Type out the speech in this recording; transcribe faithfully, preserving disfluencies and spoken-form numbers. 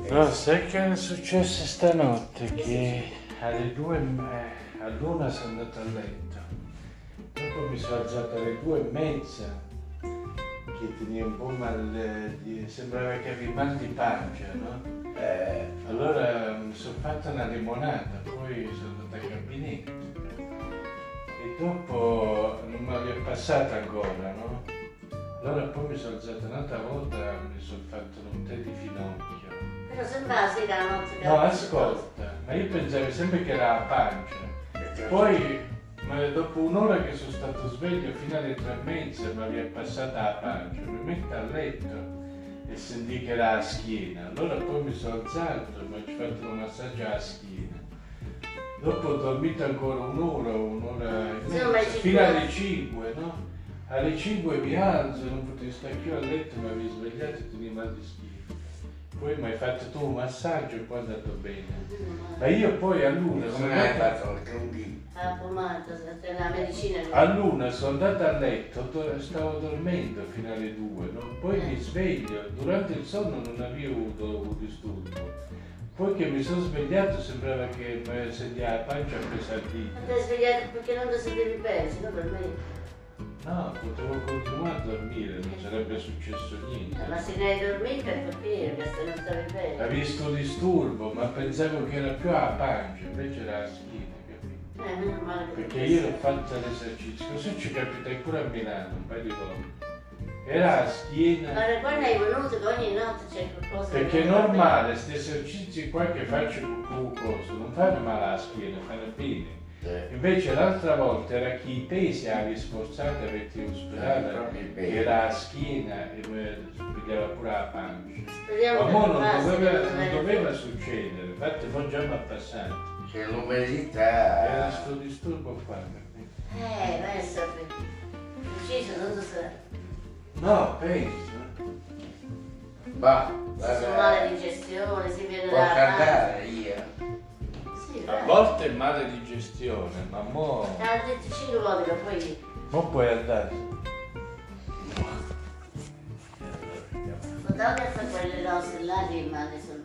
No, sai che è successo stanotte? Che alle due, eh, all'una sono andato a letto, dopo mi sono alzato alle due e mezza, che tenia un po' mal, di, sembrava che avevi mal di pancia, no? Eh, allora mi sono fatta una limonata, poi sono andato al gabinetto e dopo non mi aveva passata ancora, no? Allora poi mi sono alzato un'altra volta, mi sono fatto un tè di finocchio. Però sembra sì la notte. No, ascolta, ma io pensavo sempre che era la pancia. Poi, ma dopo un'ora che sono stato sveglio, fino alle tre e mezza, mi aveva passata la pancia. Mi metto a letto e sentì che era la schiena. Allora poi mi sono alzato, mi ho fatto un massaggio alla schiena. Dopo ho dormito ancora un'ora, un'ora e mezza, fino alle cinque, no? Alle cinque mi alzo, non potevo stare più a letto, mi avevi svegliato e tenevo mal di schiena. Poi mi hai fatto tu un massaggio e poi è andato bene. Ma io poi all'una sono Come hai andato... fatto il crudino? La pomata, la medicina. All'una sono andato a letto, do- stavo dormendo fino alle due, no? Poi mi sveglio, durante il sonno non avevo avuto un disturbo. Poi che mi sono svegliato sembrava che mi sentiva la pancia pesantita. Ma ti hai svegliato perché non ti sentivi bene, sennò per me. No, potevo continuare a dormire, non sarebbe successo niente. Ma se ne hai dormito è perché, perché se non stavi bene. Ho visto un disturbo, ma pensavo che era più la pancia, invece era la schiena, capito? Eh, meno male che Perché io ho fatto l'esercizio, così ci capitai pure a Milano, un paio di volte. Era la schiena. Ma quando hai venuto che ogni notte c'è qualcosa. Perché è normale, questi esercizi qua che faccio con coso, non fanno male alla schiena, fanno bene. Invece l'altra volta era che i pesi avevi sforzato e avete ospedale, che era la schiena e mi spiegava pure la pancia. Speriamo Ma che mo non non passi, doveva, non non doveva- doveva succedere, infatti poi già mi è passato. C'è Era l'umidità. questo disturbo qua, capito? Eh, vai a sapere. Preciso, non so se. No, penso. Va, Si sono male digestione, si viene Posso da. andare io? Sì, A vai. volte è male digestione, ma mo, Te l'ho detto cinque volte che poi. mo puoi andare. Guardate a fare quelle rose là di mani sul